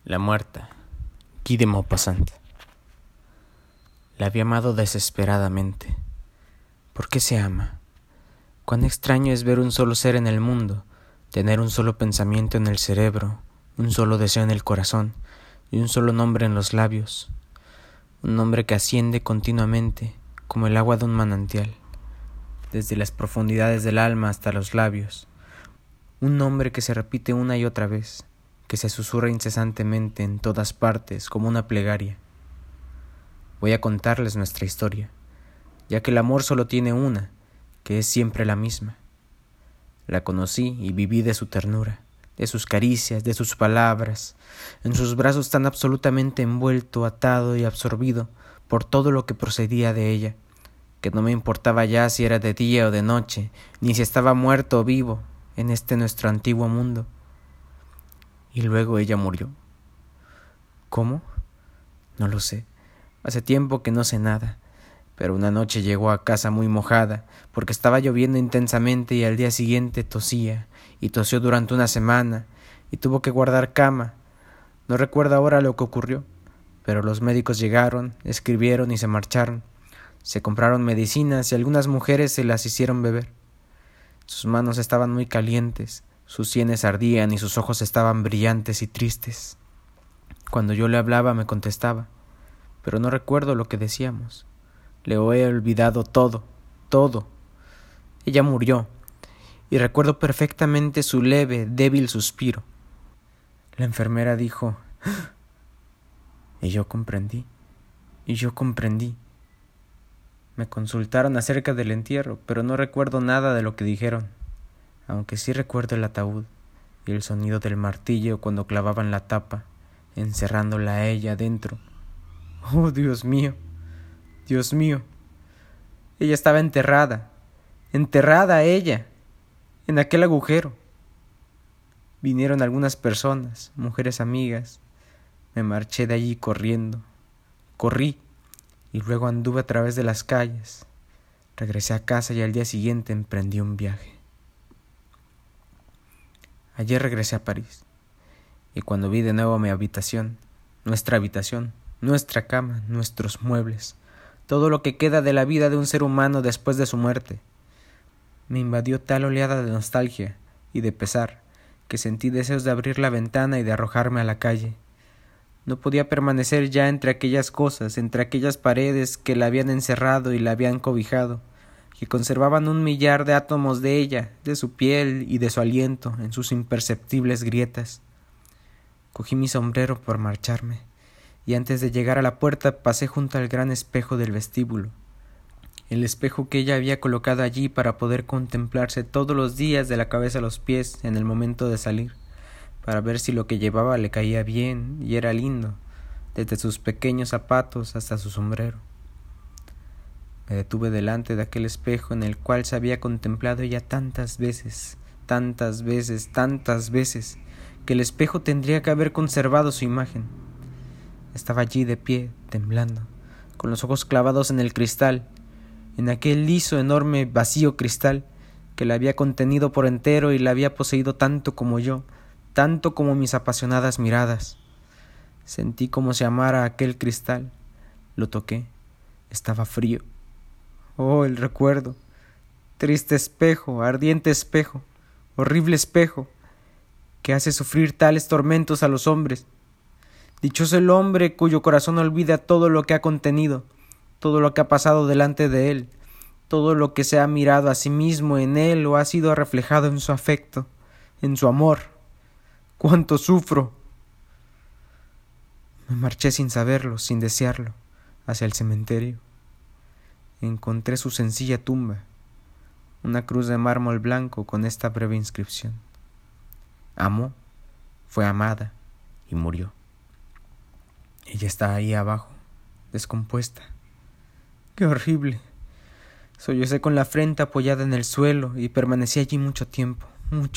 La muerta, Guy de Maupassant. La había amado desesperadamente. ¿Por qué se ama? Cuán extraño es ver un solo ser en el mundo, tener un solo pensamiento en el cerebro, un solo deseo en el corazón y un solo nombre en los labios. Un nombre que asciende continuamente, como el agua de un manantial, desde las profundidades del alma hasta los labios. Un nombre que se repite una y otra vez, que se susurra incesantemente en todas partes como una plegaria. Voy a contarles nuestra historia, ya que el amor solo tiene una, que es siempre la misma. La conocí y viví de su ternura, de sus caricias, de sus palabras, en sus brazos tan absolutamente envuelto, atado y absorbido por todo lo que procedía de ella, que no me importaba ya si era de día o de noche, ni si estaba muerto o vivo en este nuestro antiguo mundo. Y luego ella murió. ¿Cómo? No lo sé. Hace tiempo que no sé nada, pero una noche llegó a casa muy mojada, porque estaba lloviendo intensamente y al día siguiente tosía, y tosió durante una semana, y tuvo que guardar cama. No recuerdo ahora lo que ocurrió, pero los médicos llegaron, escribieron y se marcharon. Se compraron medicinas y algunas mujeres se las hicieron beber. Sus manos estaban muy calientes, sus sienes ardían y sus ojos estaban brillantes y tristes. Cuando yo le hablaba me contestaba, pero no recuerdo lo que decíamos. Le he olvidado todo. Ella murió, y recuerdo perfectamente su leve, débil suspiro. La enfermera dijo, y yo comprendí. Me consultaron acerca del entierro, pero no recuerdo nada de lo que dijeron, aunque sí recuerdo el ataúd y el sonido del martillo cuando clavaban la tapa, encerrándola a ella dentro. ¡Oh, Dios mío! Ella estaba enterrada ella, en aquel agujero. Vinieron algunas personas, mujeres amigas. Me marché de allí corriendo. Corrí y luego anduve a través de las calles. Regresé a casa y al día siguiente emprendí un viaje. Ayer regresé a París y cuando vi de nuevo mi habitación, nuestra cama, nuestros muebles, todo lo que queda de la vida de un ser humano después de su muerte, me invadió tal oleada de nostalgia y de pesar que sentí deseos de abrir la ventana y de arrojarme a la calle. No podía permanecer ya entre aquellas cosas, entre aquellas paredes que la habían encerrado y la habían cobijado, que conservaban 1,000,000,000 de átomos de ella, de su piel y de su aliento en sus imperceptibles grietas. Cogí mi sombrero por marcharme, y antes de llegar a la puerta pasé junto al gran espejo del vestíbulo, el espejo que ella había colocado allí para poder contemplarse todos los días de la cabeza a los pies en el momento de salir, para ver si lo que llevaba le caía bien y era lindo, desde sus pequeños zapatos hasta su sombrero. Me detuve delante de aquel espejo en el cual se había contemplado ella tantas veces, que el espejo tendría que haber conservado su imagen. Estaba allí de pie, temblando, con los ojos clavados en el cristal, en aquel liso, enorme, vacío cristal que la había contenido por entero y la había poseído tanto como yo, tanto como mis apasionadas miradas. Sentí como si amara aquel cristal. Lo toqué. Estaba frío. Oh, el recuerdo. Triste espejo, ardiente espejo, horrible espejo, que hace sufrir tales tormentos a los hombres. Dichoso el hombre cuyo corazón olvida todo lo que ha contenido, todo lo que ha pasado delante de él, todo lo que se ha mirado a sí mismo en él o ha sido reflejado en su afecto, en su amor. ¡Cuánto sufro! Me marché sin saberlo, sin desearlo, hacia el cementerio. Encontré su sencilla tumba, una cruz de mármol blanco con esta breve inscripción: amó, fue amada y murió. Ella está ahí abajo, descompuesta. ¡Qué horrible! Sollocé con la frente apoyada en el suelo y permanecí allí mucho tiempo.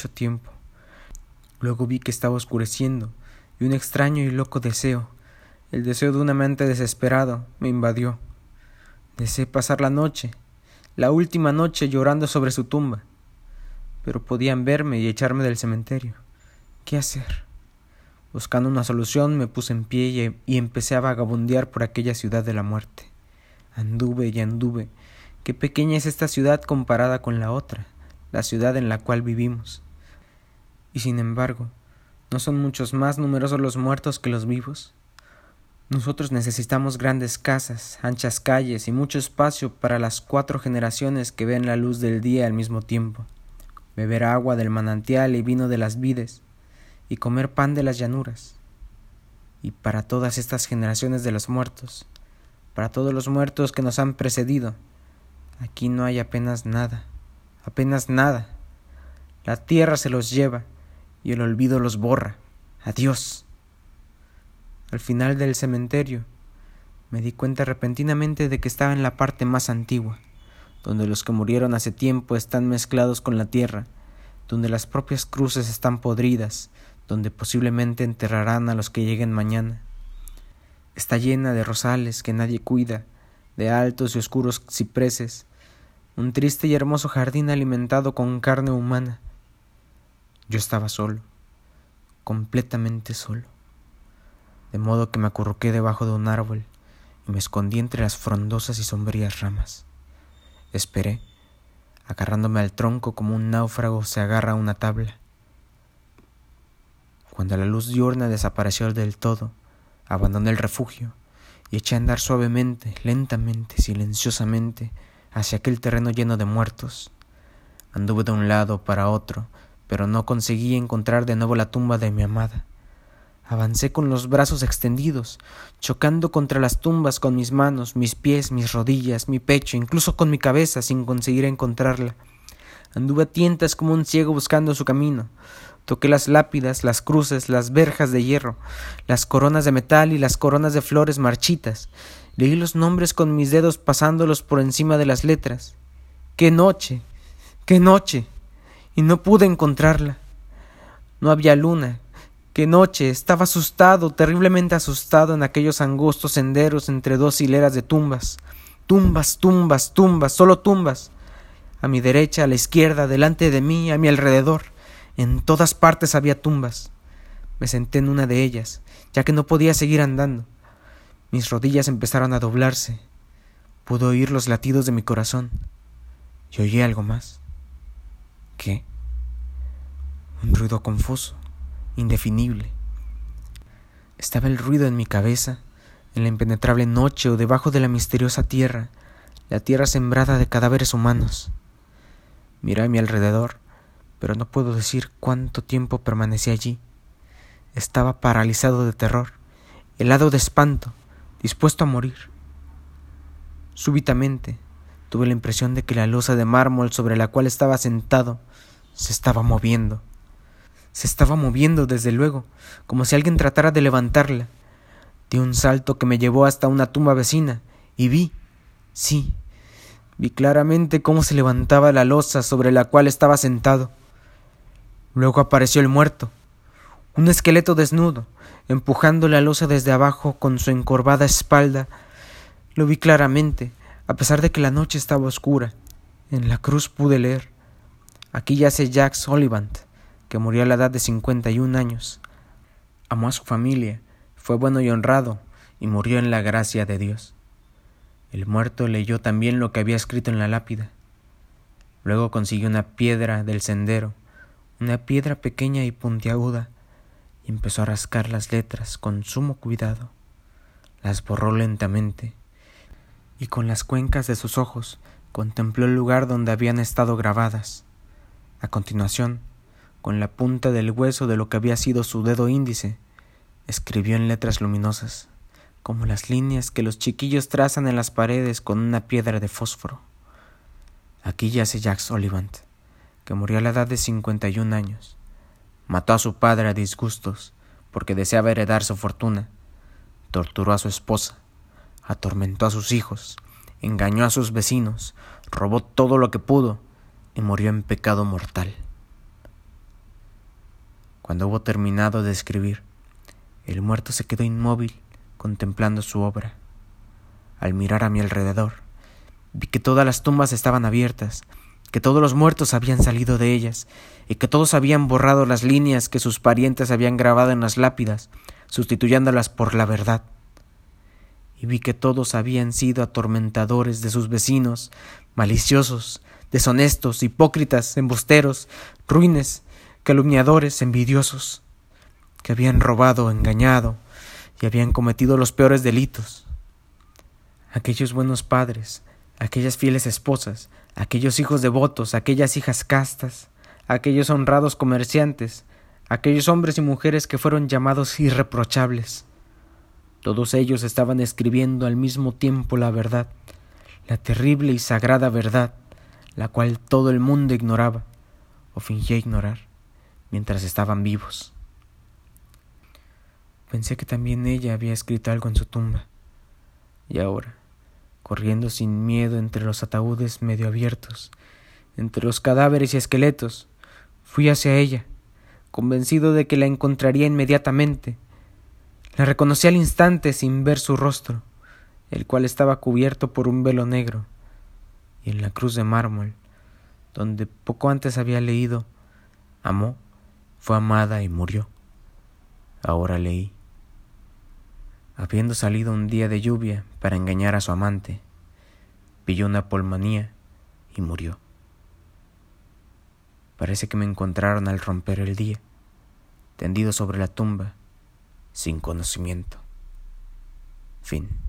Luego vi que estaba oscureciendo y un extraño y loco deseo, el deseo de un amante desesperado, me invadió. Deseé pasar la noche, la última noche, llorando sobre su tumba, pero podían verme y echarme del cementerio. ¿Qué hacer? Buscando una solución, me puse en pie y empecé a vagabundear por aquella ciudad de la muerte. Anduve y anduve. Qué pequeña es esta ciudad comparada con la otra, la ciudad en la cual vivimos. Y sin embargo, ¿no son muchos más numerosos los muertos que los vivos? Nosotros necesitamos grandes casas, anchas calles y mucho espacio para las 4 generaciones que ven la luz del día al mismo tiempo, beber agua del manantial y vino de las vides, y comer pan de las llanuras. Y para todas estas generaciones de los muertos, para todos los muertos que nos han precedido, aquí no hay apenas nada. La tierra se los lleva y el olvido los borra. Adiós. Al final del cementerio, me di cuenta repentinamente de que estaba en la parte más antigua, donde los que murieron hace tiempo están mezclados con la tierra, donde las propias cruces están podridas, donde posiblemente enterrarán a los que lleguen mañana. Está llena de rosales que nadie cuida, de altos y oscuros cipreses, un triste y hermoso jardín alimentado con carne humana. Yo estaba solo, completamente solo, de modo que me acurruqué debajo de un árbol y me escondí entre las frondosas y sombrías ramas. Esperé, agarrándome al tronco como un náufrago se agarra a una tabla. Cuando la luz diurna desapareció del todo, abandoné el refugio y eché a andar suavemente, lentamente, silenciosamente, hacia aquel terreno lleno de muertos. Anduve de un lado para otro, pero no conseguí encontrar de nuevo la tumba de mi amada. Avancé con los brazos extendidos, chocando contra las tumbas con mis manos, mis pies, mis rodillas, mi pecho, incluso con mi cabeza, sin conseguir encontrarla. Anduve a tientas como un ciego buscando su camino. Toqué las lápidas, las cruces, las verjas de hierro, las coronas de metal y las coronas de flores marchitas. Leí los nombres con mis dedos pasándolos por encima de las letras. ¡Qué noche! ¡Qué noche! Y no pude encontrarla. No había luna. ¡Qué noche! Estaba asustado, terriblemente asustado en aquellos angostos senderos entre 2 hileras de tumbas. Tumbas, tumbas, tumbas, solo tumbas. A mi derecha, a la izquierda, delante de mí, a mi alrededor. En todas partes había tumbas. Me senté en una de ellas, ya que no podía seguir andando. Mis rodillas empezaron a doblarse. Pude oír los latidos de mi corazón. Y oí algo más. ¿Qué? Un ruido confuso, indefinible. Estaba el ruido en mi cabeza, en la impenetrable noche o debajo de la misteriosa tierra, la tierra sembrada de cadáveres humanos. Miré a mi alrededor, pero no puedo decir cuánto tiempo permanecí allí. Estaba paralizado de terror, helado de espanto, dispuesto a morir. Súbitamente tuve la impresión de que la losa de mármol sobre la cual estaba sentado se estaba moviendo. Se estaba moviendo, desde luego, como si alguien tratara de levantarla. Di un salto que me llevó hasta una tumba vecina y vi claramente cómo se levantaba la losa sobre la cual estaba sentado. Luego apareció el muerto, un esqueleto desnudo, empujando la losa desde abajo con su encorvada espalda. Lo vi claramente, a pesar de que la noche estaba oscura. En la cruz pude leer: aquí yace Jack Sullivan, que murió a la edad de 51 años. Amó a su familia, fue bueno y honrado, y murió en la gracia de Dios. El muerto leyó también lo que había escrito en la lápida. Luego consiguió una piedra del sendero, una piedra pequeña y puntiaguda, y empezó a rascar las letras con sumo cuidado. Las borró lentamente, y con las cuencas de sus ojos contempló el lugar donde habían estado grabadas. A continuación, con la punta del hueso de lo que había sido su dedo índice, escribió en letras luminosas, como las líneas que los chiquillos trazan en las paredes con una piedra de fósforo: aquí yace Jack Sullivan, que murió a la edad de 51 años. Mató a su padre a disgustos porque deseaba heredar su fortuna. Torturó a su esposa, atormentó a sus hijos, engañó a sus vecinos, robó todo lo que pudo y murió en pecado mortal. Cuando hubo terminado de escribir, el muerto se quedó inmóvil contemplando su obra. Al mirar a mi alrededor, vi que todas las tumbas estaban abiertas que todos los muertos habían salido de ellas y que todos habían borrado las líneas que sus parientes habían grabado en las lápidas, sustituyéndolas por la verdad. Y vi que todos habían sido atormentadores de sus vecinos, maliciosos, deshonestos, hipócritas, embusteros, ruines, calumniadores, envidiosos, que habían robado, engañado y habían cometido los peores delitos. Aquellos buenos padres, aquellas fieles esposas, aquellos hijos devotos, aquellas hijas castas, aquellos honrados comerciantes, aquellos hombres y mujeres que fueron llamados irreprochables. Todos ellos estaban escribiendo al mismo tiempo la verdad, la terrible y sagrada verdad, la cual todo el mundo ignoraba o fingía ignorar mientras estaban vivos. Pensé que también ella había escrito algo en su tumba, y ahora, corriendo sin miedo entre los ataúdes medio abiertos, entre los cadáveres y esqueletos, fui hacia ella, convencido de que la encontraría inmediatamente. La reconocí al instante sin ver su rostro, el cual estaba cubierto por un velo negro, y en la cruz de mármol, donde poco antes había leído, amó, fue amada y murió. Ahora leí, habiendo salido un día de lluvia para engañar a su amante, pilló una pulmonía y murió. Parece que me encontraron al romper el día, tendido sobre la tumba, sin conocimiento. Fin.